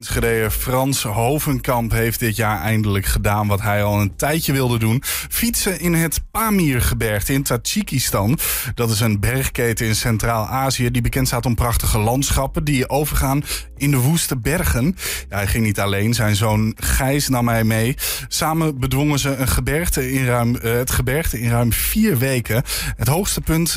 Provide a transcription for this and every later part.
Gereden Frans Hovenkamp heeft dit jaar eindelijk gedaan wat hij al een tijdje wilde doen. Fietsen in het Pamirgebergte in Tajikistan. Dat is een bergketen in Centraal-Azië die bekend staat om prachtige landschappen die overgaan in de woeste bergen. Ja, hij ging niet alleen, zijn zoon Gijs nam hij mee. Samen bedwongen ze het gebergte in ruim 4 weken. Het hoogste punt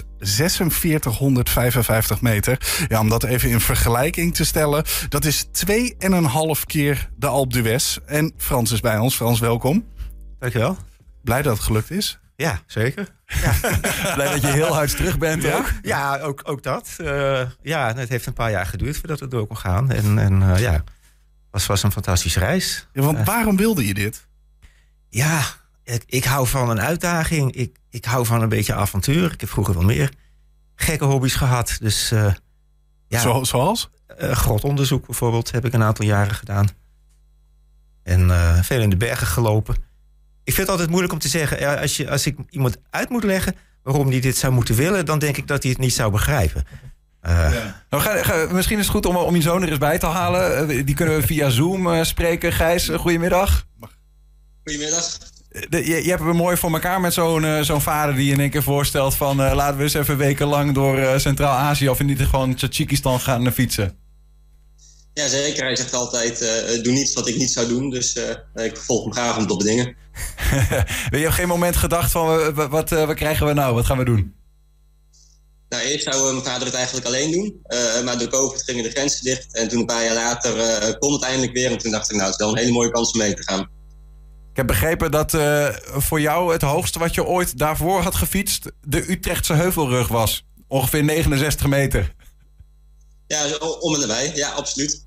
4655 meter. Ja, om dat even in vergelijking te stellen, dat is 2,5 keer de Alpe d'Huez. En Frans is bij ons. Frans, welkom. Dankjewel. Blij dat het gelukt is? Ja, zeker. Ja. Blij dat je heel hard terug bent, ja? ook? Ja, ook dat. Het heeft een paar jaar geduurd voordat het door kon gaan. Het was een fantastische reis. Ja, want waarom wilde je dit? Ja, ik hou van een uitdaging. Ik hou van een beetje avontuur. Ik heb vroeger wel meer gekke hobby's gehad. Dus, Zoals? Grotonderzoek bijvoorbeeld heb ik een aantal jaren gedaan. En veel in de bergen gelopen. Ik vind het altijd moeilijk om te zeggen, als ik iemand uit moet leggen waarom hij dit zou moeten willen, dan denk ik dat hij het niet zou begrijpen. Misschien is het goed om je zoon er eens bij te halen. Die kunnen we via Zoom spreken. Gijs, goedemiddag. Goedemiddag. Je hebt het mooi voor elkaar met zo'n vader die in één keer voorstelt van laten we eens even wekenlang door Centraal-Azië of in ieder geval Tajikistan gaan fietsen. Ja, zeker. Hij zegt altijd, doe niets wat ik niet zou doen. Dus ik volg hem graag om het op dingen. Je hebt geen moment gedacht van wat krijgen we nou? Wat gaan we doen? Nou, eerst zou mijn vader het eigenlijk alleen doen. Maar door COVID gingen de grenzen dicht. En toen een paar jaar later kon het eindelijk weer. En toen dacht ik, nou, het is wel een hele mooie kans om mee te gaan. Ik heb begrepen dat voor jou het hoogste wat je ooit daarvoor had gefietst de Utrechtse Heuvelrug was. Ongeveer 69 meter. Ja, om en nabij. Ja, absoluut.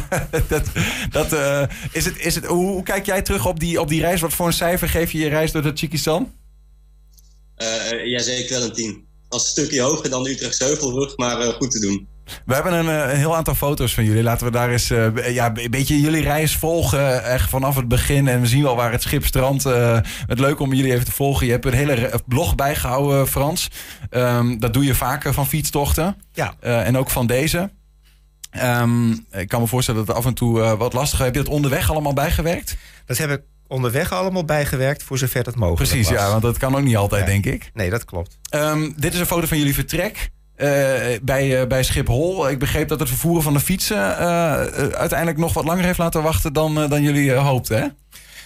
Hoe kijk jij terug op die reis? Wat voor een cijfer geef je reis door Tajikistan? Ja, zeker wel een 10. Als een stukje hoger dan de Utrechtse Heuvelrug, maar goed te doen. We hebben een heel aantal foto's van jullie. Laten we daar eens een beetje jullie reis volgen. Echt vanaf het begin. En we zien wel waar het schip strandt. Het leuk om jullie even te volgen. Je hebt een hele blog bijgehouden, Frans. Dat doe je vaker van fietstochten. Ja. En ook van deze. Ik kan me voorstellen dat het af en toe wat lastig is. Heb je het onderweg allemaal bijgewerkt? Dat heb ik onderweg allemaal bijgewerkt voor zover dat mogelijk Precies, was. Ja, want dat kan ook niet altijd, denk ik. Nee, dat klopt. Dit is een foto van jullie vertrek. Bij Schiphol. Ik begreep dat het vervoeren van de fietsen uiteindelijk nog wat langer heeft laten wachten dan jullie hoopten, hè?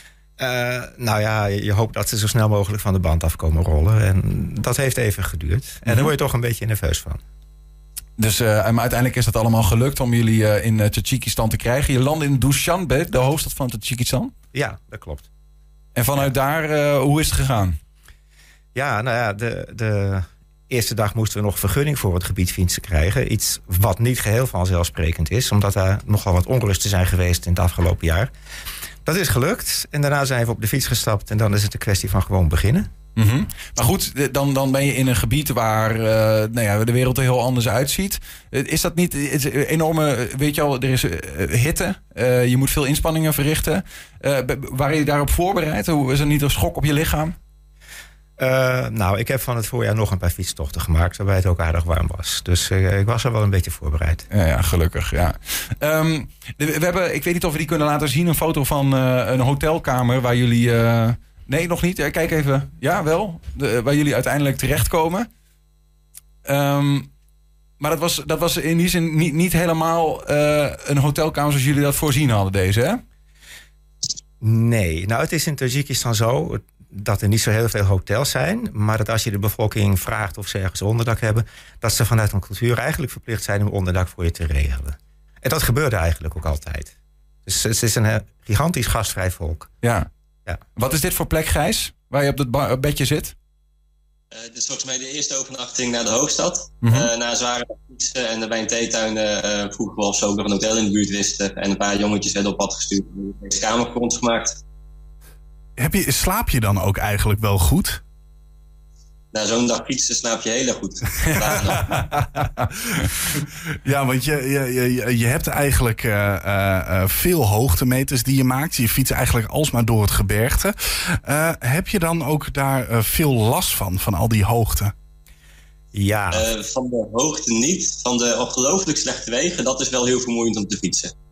Je hoopt dat ze zo snel mogelijk van de band af komen rollen. En dat heeft even geduurd. En daar word je toch een beetje nerveus van. Dus maar uiteindelijk is dat allemaal gelukt om jullie in Tajikistan te krijgen. Je landde in Dushanbe, de hoofdstad van Tajikistan. Ja, dat klopt. En vanuit daar, hoe is het gegaan? Ja, de eerste dag moesten we nog vergunning voor het gebied fietsen krijgen. Iets wat niet geheel vanzelfsprekend is, omdat er nogal wat onrusten zijn geweest in het afgelopen jaar. Dat is gelukt en daarna zijn we op de fiets gestapt en dan is het een kwestie van gewoon beginnen. Mm-hmm. Maar goed, dan ben je in een gebied waar de wereld er heel anders uitziet. Is dat niet enorme, weet je al, er is hitte. Je moet veel inspanningen verrichten. Waren je daarop voorbereid? Is er niet een schok op je lichaam? Ik heb van het voorjaar nog een paar fietstochten gemaakt, waarbij het ook aardig warm was. Dus ik was er wel een beetje voorbereid. Ja, gelukkig, ja. We hebben, ik weet niet of we die kunnen laten zien, een foto van een hotelkamer waar jullie... Nee, nog niet. Kijk even. Ja, wel. Waar jullie uiteindelijk terechtkomen. Maar dat was in die zin niet helemaal een hotelkamer zoals jullie dat voorzien hadden, deze, hè? Nee. Nou, het is in Tajikistan zo dat er niet zo heel veel hotels zijn. Maar dat als je de bevolking vraagt of ze ergens onderdak hebben, dat ze vanuit een cultuur eigenlijk verplicht zijn om onderdak voor je te regelen. En dat gebeurde eigenlijk ook altijd. Dus het is een gigantisch gastvrij volk. Ja. Wat is dit voor plek, Gijs? Waar je op het bedje zit? Dit is volgens mij de eerste overnachting naar de hoofdstad. Mm-hmm. Na zware fietsen en bij een theetuin vroegen we of ze ook nog een hotel in de buurt wisten. En een paar jongetjes werden op pad gestuurd. En deze kamer voor ons gemaakt. Slaap je dan ook eigenlijk wel goed? Na zo'n dag fietsen slaap je heel erg goed. Ja, want je hebt eigenlijk veel hoogtemeters die je maakt. Je fietst eigenlijk alsmaar door het gebergte. Heb je dan ook daar veel last van al die hoogte? Ja. Van de hoogte niet. Van de ongelooflijk slechte wegen, dat is wel heel vermoeiend om te fietsen.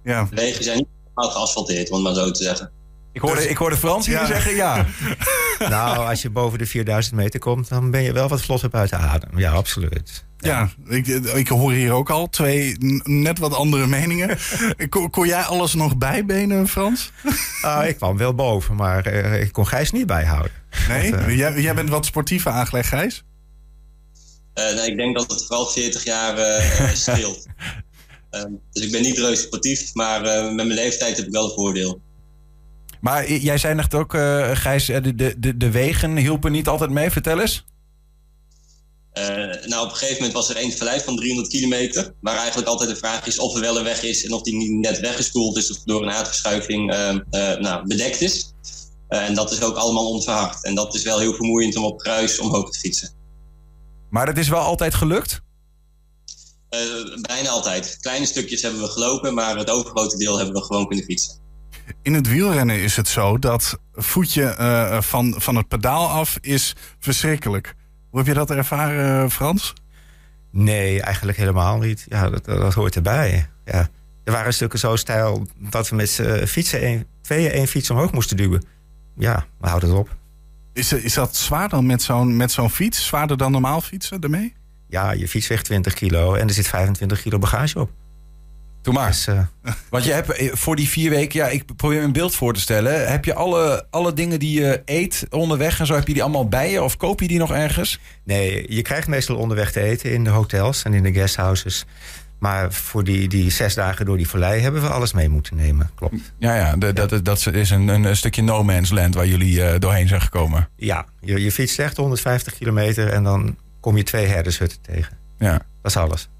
Ja. De wegen zijn niet helemaal geasfalteerd, om het maar zo te zeggen. Ik hoorde Frans hier zeggen ja. Nou, als je boven de 4000 meter komt, dan ben je wel wat vlotter buiten adem. Ja, absoluut. Ja, ik hoor hier ook al 2 net wat andere meningen. Kon jij alles nog bijbenen, Frans? Ik kwam wel boven, maar ik kon Gijs niet bijhouden. Nee? Jij bent wat sportiever aangelegd, Gijs? Ik denk dat het vooral 40 jaar scheelt. Dus ik ben niet reuze sportief, maar met mijn leeftijd heb ik wel een voordeel. Maar jij zei net ook, Gijs, de wegen hielpen niet altijd mee. Vertel eens. Op een gegeven moment was er één verlijf van 300 kilometer. Waar eigenlijk altijd de vraag is of er wel een weg is en of die niet net weggespoeld is of door een aardverschuiving bedekt is. En dat is ook allemaal onverhard. En dat is wel heel vermoeiend om op kruis omhoog te fietsen. Maar dat is wel altijd gelukt? Bijna altijd. Kleine stukjes hebben we gelopen, maar het overgrote deel hebben we gewoon kunnen fietsen. In het wielrennen is het zo dat voetje van het pedaal af is verschrikkelijk. Hoe heb je dat ervaren, Frans? Nee, eigenlijk helemaal niet. Ja, dat hoort erbij. Ja. Er waren stukken zo steil dat we met fietsen één fiets omhoog moesten duwen. Ja, we houden het op. Is dat zwaar dan met zo'n fiets? Zwaarder dan normaal fietsen ermee? Ja, je fiets weegt 20 kilo en er zit 25 kilo bagage op. Doe maar. Dus, Want je hebt voor die 4 weken, ja, ik probeer me een beeld voor te stellen. Heb je alle dingen die je eet onderweg en zo, heb je die allemaal bij je? Of koop je die nog ergens? Nee, je krijgt meestal onderweg te eten in de hotels en in de guesthouses. Maar voor die 6 dagen door die vallei hebben we alles mee moeten nemen. Klopt. Ja. Dat is een stukje no man's land waar jullie doorheen zijn gekomen. Ja, je fietst echt 150 kilometer en dan kom je 2 herdershutten tegen. Ja. Dat is alles.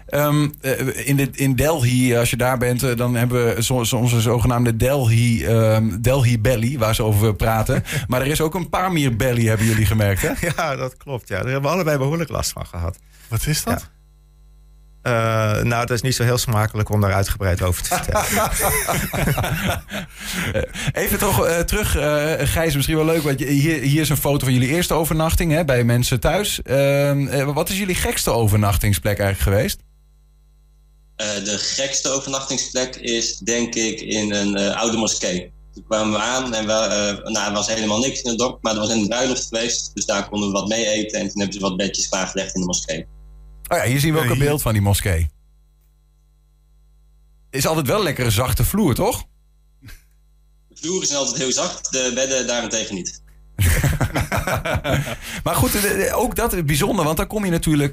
In Delhi, als je daar bent, dan hebben we onze zogenaamde Delhi Belly, waar ze over praten. Maar er is ook een Pamir Belly, hebben jullie gemerkt, hè? Ja, dat klopt. Ja. Daar hebben we allebei behoorlijk last van gehad. Wat is dat? Ja. Dat is niet zo heel smakelijk om daar uitgebreid over te vertellen. Even toch terug, Gijs, misschien wel leuk. Want hier is een foto van jullie eerste overnachting, hè, bij mensen thuis. Wat is jullie gekste overnachtingsplek eigenlijk geweest? De gekste overnachtingsplek is denk ik in een oude moskee. Toen kwamen we aan en er was helemaal niks in het dorp, maar er was een bruiloft geweest. Dus daar konden we wat mee eten en toen hebben ze wat bedjes klaargelegd in de moskee. Oh ja, hier zien we ook een beeld van die moskee. Is altijd wel een lekkere zachte vloer, toch? De vloeren zijn altijd heel zacht, de bedden daarentegen niet. Maar goed, ook dat is bijzonder, want dan kom je natuurlijk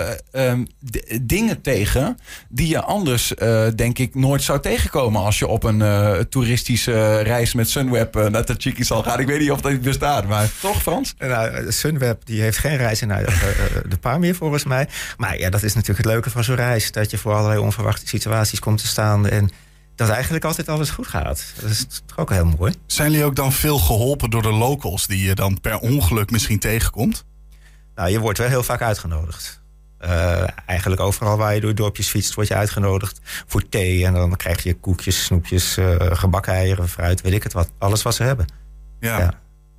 dingen tegen die je anders, denk ik, nooit zou tegenkomen als je op een toeristische reis met Sunweb naar Tajikistan gaat. Ik weet niet of dat bestaat, maar toch, Frans? Nou, Sunweb die heeft geen reizen naar de Pamir volgens mij. Maar ja, dat is natuurlijk het leuke van zo'n reis, dat je voor allerlei onverwachte situaties komt te staan en dat eigenlijk altijd alles goed gaat. Dat is toch ook heel mooi. Zijn jullie ook dan veel geholpen door de locals die je dan per ongeluk misschien tegenkomt? Nou, je wordt wel heel vaak uitgenodigd. Eigenlijk overal waar je door dorpjes fietst, word je uitgenodigd voor thee. En dan krijg je koekjes, snoepjes, gebakken eieren, fruit, weet ik het wat. Alles wat ze hebben. Ja.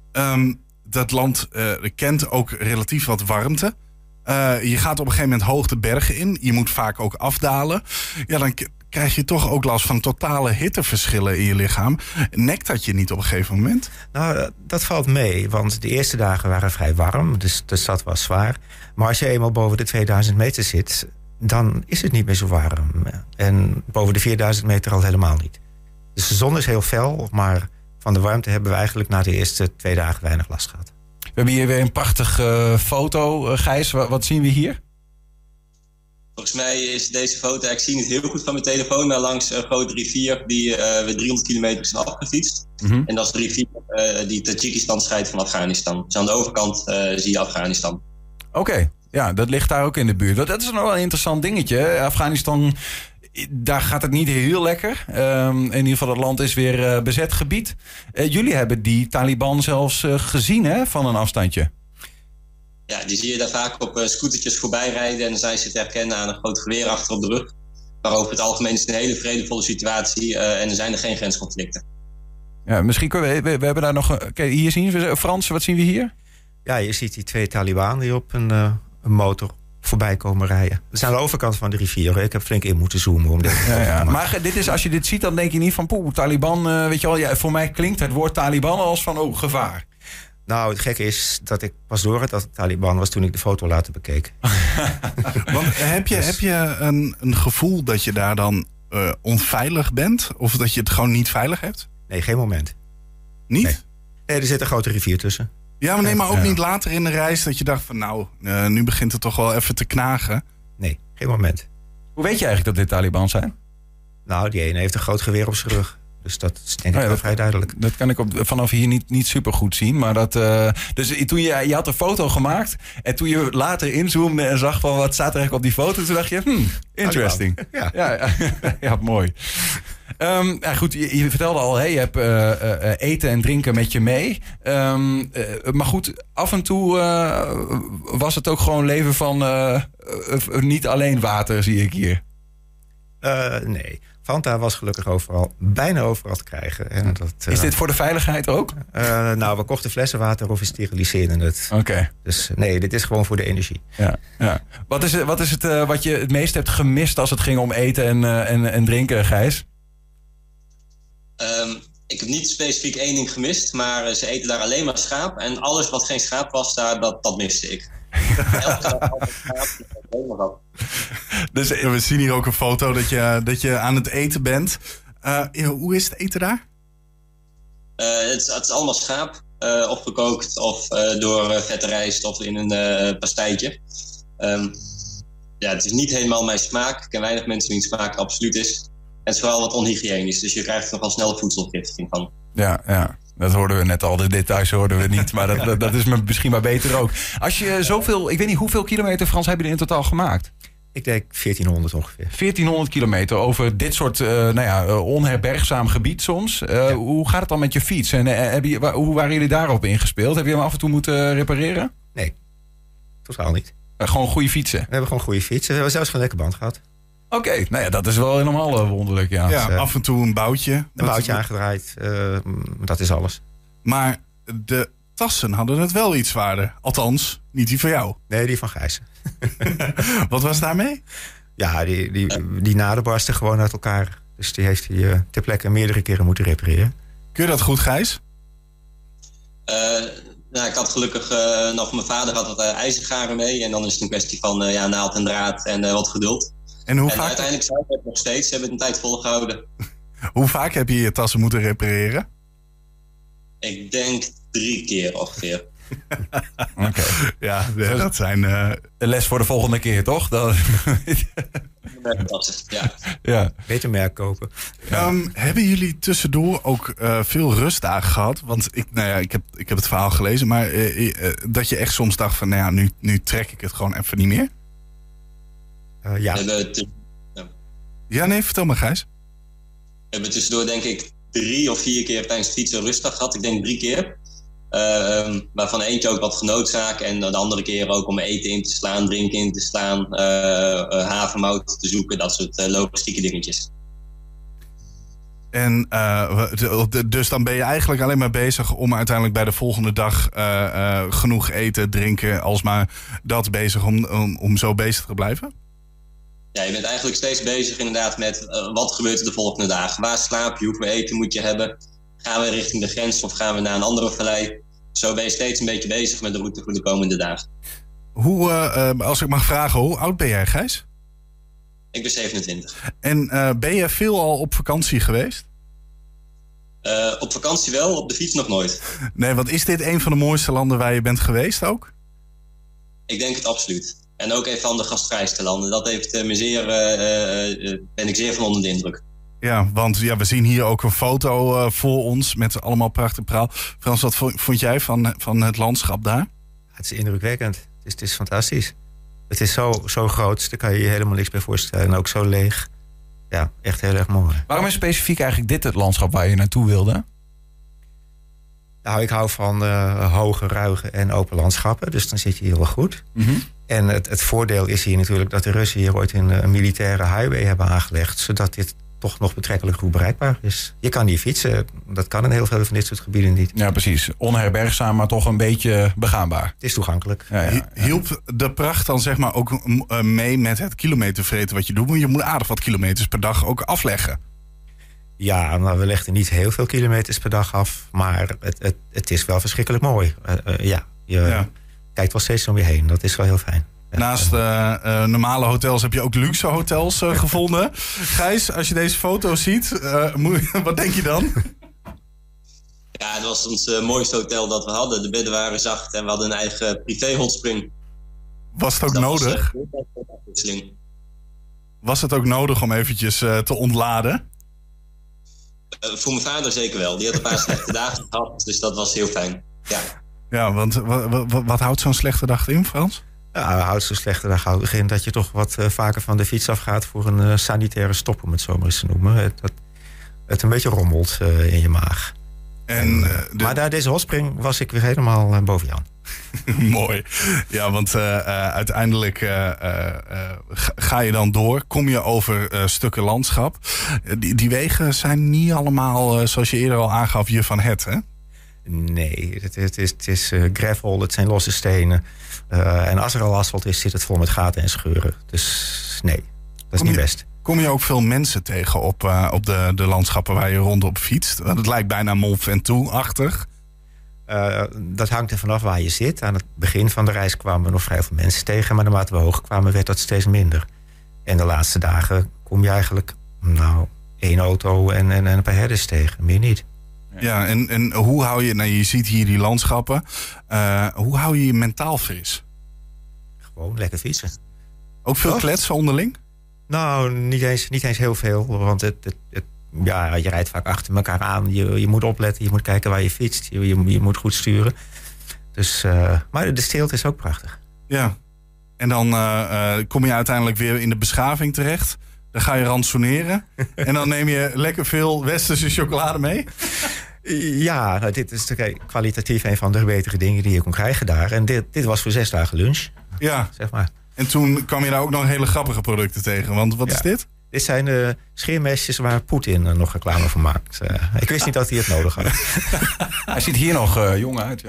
Dat land kent ook relatief wat warmte. Je gaat op een gegeven moment hoog de bergen in. Je moet vaak ook afdalen. Ja, dan krijg je toch ook last van totale hitteverschillen in je lichaam. Nekt dat je niet op een gegeven moment? Nou, dat valt mee, want de eerste dagen waren vrij warm, dus de stad was zwaar. Maar als je eenmaal boven de 2000 meter zit, dan is het niet meer zo warm. En boven de 4000 meter al helemaal niet. Dus de zon is heel fel, maar van de warmte hebben we eigenlijk na de eerste 2 dagen weinig last gehad. We hebben hier weer een prachtige foto, Gijs. Wat zien we hier? Volgens mij is deze foto, ik zie het heel goed van mijn telefoon, maar langs een grote rivier die we 300 kilometer zijn afgefietst. Mm-hmm. En dat is de rivier die Tajikistan scheidt van Afghanistan. Dus aan de overkant zie je Afghanistan. Oké, ja, dat ligt daar ook in de buurt. Dat is nog wel een interessant dingetje. Afghanistan, daar gaat het niet heel lekker. In ieder geval, het land is weer bezet gebied. Jullie hebben die Taliban zelfs gezien, hè, van een afstandje. Ja, die zie je daar vaak op scootertjes voorbij rijden en dan zijn ze te herkennen aan een groot geweer achter op de rug. Maar over het algemeen is het een hele vredevolle situatie en er zijn er geen grensconflicten. Ja, misschien kunnen we hebben daar nog... Kijk, hier zien we Frans, wat zien we hier? Ja, je ziet die 2 Taliban die op een motor voorbij komen rijden. We zijn aan de overkant van de rivier. Ik heb flink in moeten zoomen om dit te maken. Maar dit is, als je dit ziet, dan denk je niet van... Taliban, weet je wel. Ja, voor mij klinkt het woord Taliban als van gevaar. Nou, het gekke is dat ik pas door had dat het Taliban was... toen ik de foto later bekeek. Want heb je een gevoel dat je daar dan onveilig bent? Of dat je het gewoon niet veilig hebt? Nee, geen moment. Niet? Nee, er zit een grote rivier tussen. Ja, maar ook niet later in de reis dat je dacht van... nu begint het toch wel even te knagen. Nee, geen moment. Hoe weet je eigenlijk dat dit Taliban zijn? Nou, die ene heeft een groot geweer op zijn rug. Dus dat is denk ik wel vrij duidelijk. Dat kan ik vanaf hier niet super goed zien. Maar dus toen je had een foto gemaakt... en toen je later inzoomde en zag van wat staat er eigenlijk op die foto... toen dacht je, interesting. Ja, mooi. Goed, je vertelde al, je hebt eten en drinken met je mee. Maar goed, af en toe was het ook gewoon leven van niet alleen water, zie ik hier. Nee, Fanta was gelukkig bijna overal te krijgen. En dat, is dit voor de veiligheid ook? We kochten flessen water of we steriliseerden het. Oké. Dus nee, dit is gewoon voor de energie. Ja. Wat is het wat je het meest hebt gemist als het ging om eten en drinken, Gijs? Ik heb niet specifiek één ding gemist, maar ze eten daar alleen maar schaap. En alles wat geen schaap was daar, dat miste ik. Elke dag altijd schaap. Dus we zien hier ook een foto dat je aan het eten bent. Hoe is het eten daar? Het is allemaal schaap. Of gekookt, of door vette rijst, of in een pastijtje. Het is niet helemaal mijn smaak. Ik ken weinig mensen wiens smaak absoluut is. En het is vooral wat onhygiënisch. Dus je krijgt er nogal snel voedselvergiftiging van. Ja. Dat hoorden we net al. De details hoorden we niet. Maar dat is misschien maar beter ook. Als je zoveel... Ik weet niet hoeveel kilometer, Frans, hebben jullie in totaal gemaakt? Ik denk 1400 ongeveer. 1400 kilometer over dit soort onherbergzaam gebied soms. Hoe gaat het dan met je fiets? En hoe waren jullie daarop ingespeeld? Heb je hem af en toe moeten repareren? Nee, totaal niet. Gewoon goede fietsen? We hebben gewoon goede fietsen. We hebben zelfs geen lekke band gehad. Oké, dat is wel helemaal wonderlijk, ja. Ja, af en toe een boutje. Een boutje aangedraaid, dat is alles. Maar de tassen hadden het wel iets zwaarder. Althans, niet die van jou. Nee, die van Gijs. Wat was daarmee? Ja, die naden barsten gewoon uit elkaar. Dus die heeft hij ter plekke meerdere keren moeten repareren. Kun je dat goed, Gijs? Ik had gelukkig nog... Mijn vader had wat ijzergaren mee. En dan is het een kwestie van naald en draad en wat geduld. En uiteindelijk zijn we het nog steeds. Ze hebben het een tijd volgehouden. Hoe vaak heb je je tassen moeten repareren? Ik denk 3 keer ongeveer. Oké. Ja, dat zijn... Een les voor de volgende keer, toch? Ja. Beter merk kopen. Hebben jullie tussendoor ook veel rustdagen gehad? Want ik heb het verhaal gelezen. Maar dat je echt soms dacht van... nu trek ik het gewoon even niet meer? Ja. Vertel maar, Gijs. We hebben tussendoor denk ik 3 of 4 keer tijdens het fietsen rustdag gehad. Ik denk 3 keer. Waarvan eentje ook wat genoodzaak. En de andere keer ook om eten in te slaan, drinken in te slaan. Havermout te zoeken. Dat soort logistieke dingetjes. En dus dan ben je eigenlijk alleen maar bezig om uiteindelijk bij de volgende dag genoeg eten, drinken, alsmaar dat bezig om zo bezig te blijven? Ja, je bent eigenlijk steeds bezig inderdaad met wat gebeurt er de volgende dagen. Waar slaap je? Hoeveel eten moet je hebben? Gaan we richting de grens of gaan we naar een andere vallei? Zo ben je steeds een beetje bezig met de route voor de komende dagen. Als ik mag vragen, hoe oud ben jij, Gijs? Ik ben 27. En ben je veel al op vakantie geweest? Op vakantie wel, op de fiets nog nooit. Nee, want is dit een van de mooiste landen waar je bent geweest ook? Ik denk het absoluut. En ook een van de gastvrijste landen. Dat heeft ben ik zeer van onder de indruk. Ja, want we zien hier ook een foto voor ons met allemaal prachtig praal. Frans, wat vond jij van het landschap daar? Het is indrukwekkend. Het is fantastisch. Het is zo groot, daar kan je je helemaal niks bij voorstellen. En ook zo leeg. Ja, echt heel erg mooi. Waarom is specifiek eigenlijk dit het landschap waar je naartoe wilde? Nou, ik hou van hoge, ruige en open landschappen. Dus dan zit je hier wel goed. Mm-hmm. En het voordeel is hier natuurlijk dat de Russen hier ooit een militaire highway hebben aangelegd. Zodat dit toch nog betrekkelijk goed bereikbaar is. Je kan hier fietsen. Dat kan in heel veel van dit soort gebieden niet. Ja, precies. Onherbergzaam, maar toch een beetje begaanbaar. Het is toegankelijk. Ja. Hielp de pracht dan zeg maar ook mee met het kilometervreten wat je doet? Want je moet aardig wat kilometers per dag ook afleggen. Ja, nou, we legden niet heel veel kilometers per dag af. Maar het is wel verschrikkelijk mooi. Je kijkt wel steeds om je heen. Dat is wel heel fijn. Naast normale hotels heb je ook luxe hotels gevonden. Gijs, als je deze foto's ziet, wat denk je dan? Ja, het was ons mooiste hotel dat we hadden. De bedden waren zacht en we hadden een eigen privé hotspring. Was het ook nodig? Was het ook nodig om eventjes te ontladen? Voor mijn vader zeker wel. Die had een paar slechte dagen gehad, dus dat was heel fijn. Ja, want wat houdt zo'n slechte dag in, Frans? Ja, houdt zo'n slechte dag in dat je toch wat vaker van de fiets afgaat voor een sanitaire stop, om het zo maar eens te noemen. Het een beetje rommelt in je maag. Maar na deze hotspring was ik weer helemaal boven Jan. Mooi. Ja, want uiteindelijk ga je dan door. Kom je over stukken landschap. Die wegen zijn niet allemaal, zoals je eerder al aangaf, je van het, hè? Nee, het is gravel, het zijn losse stenen. En als er al asfalt is, zit het vol met gaten en scheuren. Dus nee, dat is niet best. Kom je ook veel mensen tegen op de landschappen waar je rondop fietst? Het lijkt bijna Mont Ventoux-achtig. Dat hangt er vanaf waar je zit. Aan het begin van de reis kwamen we nog vrij veel mensen tegen. Maar naarmate we hoger kwamen, werd dat steeds minder. En de laatste dagen kom je eigenlijk 1 auto en een paar herders tegen. Meer niet. Ja, en hoe hou je... je ziet hier die landschappen. Hoe hou je je mentaal fris? Gewoon lekker fietsen. Ook veel kletsen onderling? Nou, niet eens heel veel. Want je rijdt vaak achter elkaar aan. Je moet opletten, je moet kijken waar je fietst. Je moet goed sturen. Dus, maar de stilte is ook prachtig. Ja. En dan kom je uiteindelijk weer in de beschaving terecht. Dan ga je ransoneren. En dan neem je lekker veel westerse chocolade mee. Ja, dit is kwalitatief een van de betere dingen die je kon krijgen daar. En dit was voor 6 dagen lunch. Ja. Zeg maar. En toen kwam je daar ook nog hele grappige producten tegen. Want wat is dit? Dit zijn scheermesjes waar Poetin nog reclame voor maakt. Ik wist niet dat hij het nodig had. Hij ziet hier nog jong uit.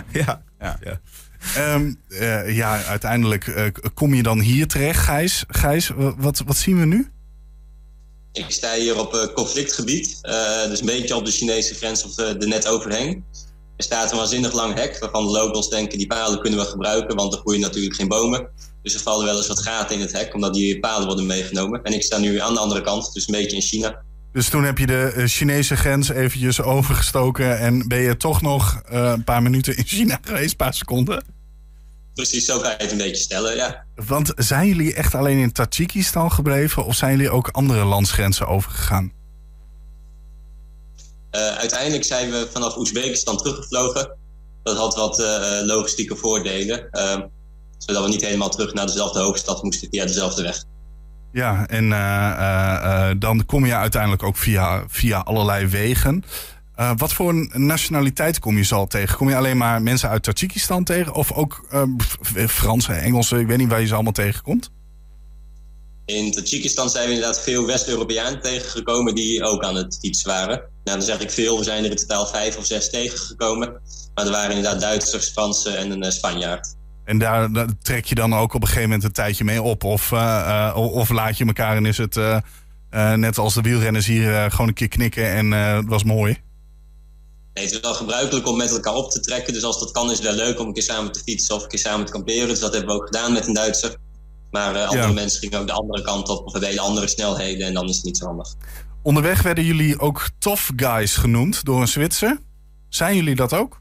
Ja, uiteindelijk kom je dan hier terecht, Gijs. Gijs, wat zien we nu? Ik sta hier op conflictgebied. Dus een beetje op de Chinese grens of er net overheen. Er staat een waanzinnig lang hek waarvan de locals denken die palen kunnen we gebruiken, want er groeien natuurlijk geen bomen. Dus er vallen wel eens wat gaten in het hek, omdat die palen worden meegenomen. En ik sta nu aan de andere kant, dus een beetje in China. Dus toen heb je de Chinese grens eventjes overgestoken en ben je toch nog een paar minuten in China geweest, een paar seconden? Precies, zo kan je het een beetje stellen, ja. Want zijn jullie echt alleen in Tajikistan gebleven of zijn jullie ook andere landsgrenzen overgegaan? Uiteindelijk zijn we vanaf Oezbekistan teruggevlogen. Dat had wat logistieke voordelen. Zodat we niet helemaal terug naar dezelfde hoofdstad moesten via dezelfde weg. Ja, en dan kom je uiteindelijk ook via allerlei wegen. Wat voor een nationaliteit kom je zo tegen? Kom je alleen maar mensen uit Tajikistan tegen? Of ook Franse, Engelse, ik weet niet waar je ze allemaal tegenkomt? In Tajikistan zijn we inderdaad veel West-Europeanen tegengekomen die ook aan het fietsen waren. Nou, dan zeg ik veel, we zijn er in totaal 5 of 6 tegengekomen. Maar er waren inderdaad Duitsers, Fransen en een Spanjaard. En daar trek je dan ook op een gegeven moment een tijdje mee op? Of laat je elkaar en is het net als de wielrenners hier gewoon een keer knikken en het was mooi? Nee, het is wel gebruikelijk om met elkaar op te trekken. Dus als dat kan is het wel leuk om een keer samen te fietsen of een keer samen te kamperen. Dus dat hebben we ook gedaan met een Duitser. Maar andere mensen gingen ook de andere kant op of hebben hele andere snelheden en dan is het niet zo handig. Onderweg werden jullie ook tough guys genoemd door een Zwitser. Zijn jullie dat ook?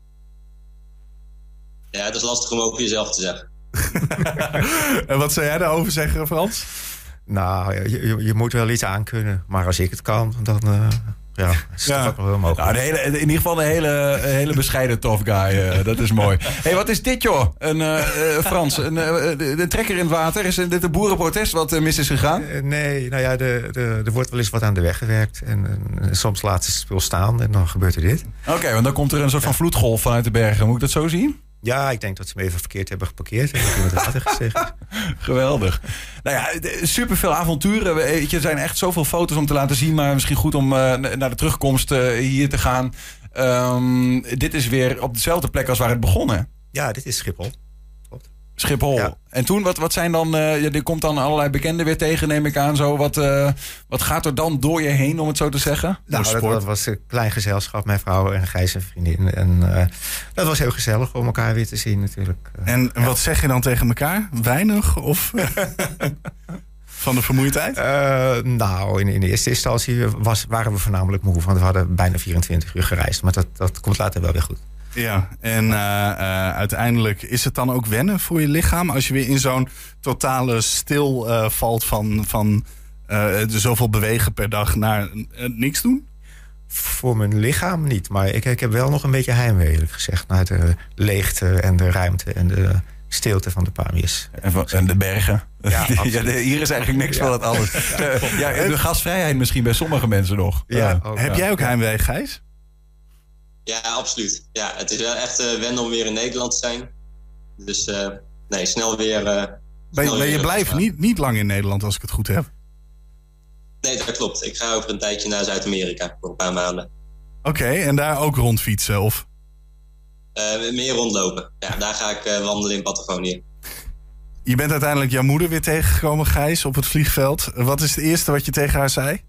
Ja, het is lastig om over jezelf te zeggen. En wat zou jij daarover zeggen, Frans? Nou, je moet wel iets aankunnen. Maar als ik het kan, dan is het ook nog wel mogelijk. Nou, in ieder geval een hele bescheiden tough guy. Dat is mooi. Hey, wat is dit, joh? Frans, de trekker in het water. Is dit een boerenprotest wat mis is gegaan? Nee, nou ja, er wordt wel eens wat aan de weg gewerkt. En soms laat ze het spul staan en dan gebeurt er dit. Oké, want dan komt er een soort van vloedgolf vanuit de bergen. Moet ik dat zo zien? Ja, ik denk dat ze me even verkeerd hebben geparkeerd. En dat iemand water gezegd. Geweldig. Nou ja, superveel avonturen. Weet je, er zijn echt zoveel foto's om te laten zien. Maar misschien goed om naar de terugkomst hier te gaan. Dit is weer op dezelfde plek als waar het begon, hè? Ja, dit is Schiphol. Schiphol. Ja. En toen, wat zijn dan... er komt dan allerlei bekenden weer tegen, neem ik aan. Zo. Wat gaat er dan door je heen, om het zo te zeggen? Nou, dat was een klein gezelschap. Mijn vrouw en Gijs en vriendin. En dat was heel gezellig om elkaar weer te zien natuurlijk. En wat zeg je dan tegen elkaar? Weinig? Of van de vermoeidheid? Nou, in de eerste instantie waren we voornamelijk moe. Want we hadden bijna 24 uur gereisd. Maar dat komt later wel weer goed. Ja, en uiteindelijk is het dan ook wennen voor je lichaam... als je weer in zo'n totale stil valt van zoveel bewegen per dag naar niks doen? Voor mijn lichaam niet, maar ik heb wel nog een beetje heimwee, eerlijk gezegd... naar de leegte en de ruimte en de stilte van de Pamirs. En de bergen. Ja, hier is eigenlijk niks van dat alles. De gastvrijheid misschien bij sommige mensen nog. Ja, heb jij ook heimwee, Gijs? Ja, absoluut. Ja, het is wel echt wennen om weer in Nederland te zijn. Dus snel weer... Ben je blijven niet lang in Nederland, als ik het goed heb? Nee, dat klopt. Ik ga over een tijdje naar Zuid-Amerika voor een paar maanden. Oké, en daar ook rondfietsen, of? Meer rondlopen. Ja, daar ga ik wandelen in Patagonië. Je bent uiteindelijk jouw moeder weer tegengekomen, Gijs, op het vliegveld. Wat is het eerste wat je tegen haar zei?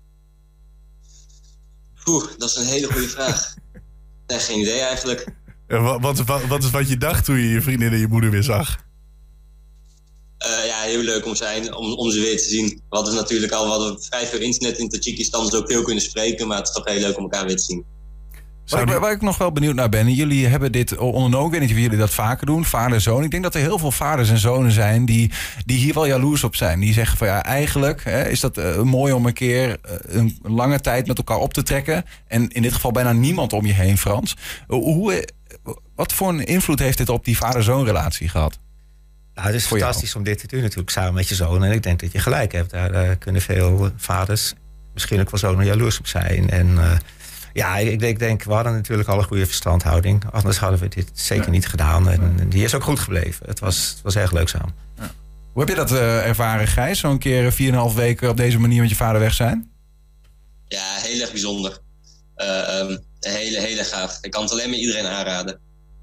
Dat is een hele goede vraag. Nee, geen idee eigenlijk. Wat is wat je dacht toen je vriendin en je moeder weer zag? Ja, heel leuk om ze weer te zien. We hadden natuurlijk al vrij veel internet in Tajikistan, dus ook veel kunnen spreken. Maar het is toch heel leuk om elkaar weer te zien. Waar ik nog wel benieuwd naar ben... jullie hebben dit ondernomen, ik weet niet of jullie dat vaker doen... vader en zoon. Ik denk dat er heel veel vaders en zonen zijn... die hier wel jaloers op zijn. Die zeggen van ja, eigenlijk is dat mooi om een keer... een lange tijd met elkaar op te trekken. En in dit geval bijna niemand om je heen, Frans. Wat voor een invloed heeft dit op die vader-zoon-relatie gehad? Nou, het is fantastisch om dit te doen natuurlijk, samen met je zoon. En ik denk dat je gelijk hebt. Daar kunnen veel vaders misschien ook wel zonen jaloers op zijn. En... ja, ik denk, we hadden natuurlijk al een goede verstandhouding. Anders hadden we dit zeker niet gedaan. En die is ook goed gebleven. Het was erg leuk samen. Ja. Hoe heb je dat ervaren, Gijs? Zo'n keer 4,5 weken op deze manier met je vader weg zijn? Ja, heel erg bijzonder. Heel erg gaaf. Ik kan het alleen maar iedereen aanraden.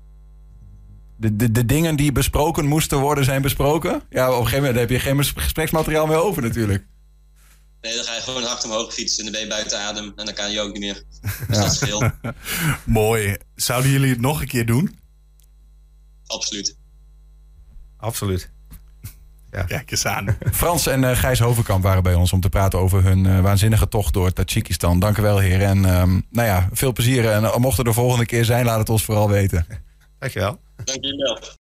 De dingen die besproken moesten worden, zijn besproken? Ja, op een gegeven moment heb je geen gespreksmateriaal meer over natuurlijk. Nee, dan ga je gewoon hard omhoog fietsen en dan ben je buiten adem. En dan kan je ook niet meer. Dus dat scheelt. Mooi. Zouden jullie het nog een keer doen? Absoluut. Absoluut. Ja. Kijk eens aan. Frans en Gijs Hovenkamp waren bij ons om te praten over hun waanzinnige tocht door Tajikistan. Dank u wel, heren. En veel plezier. En mocht er de volgende keer zijn, laat het ons vooral weten. Dankjewel. Dank jullie wel.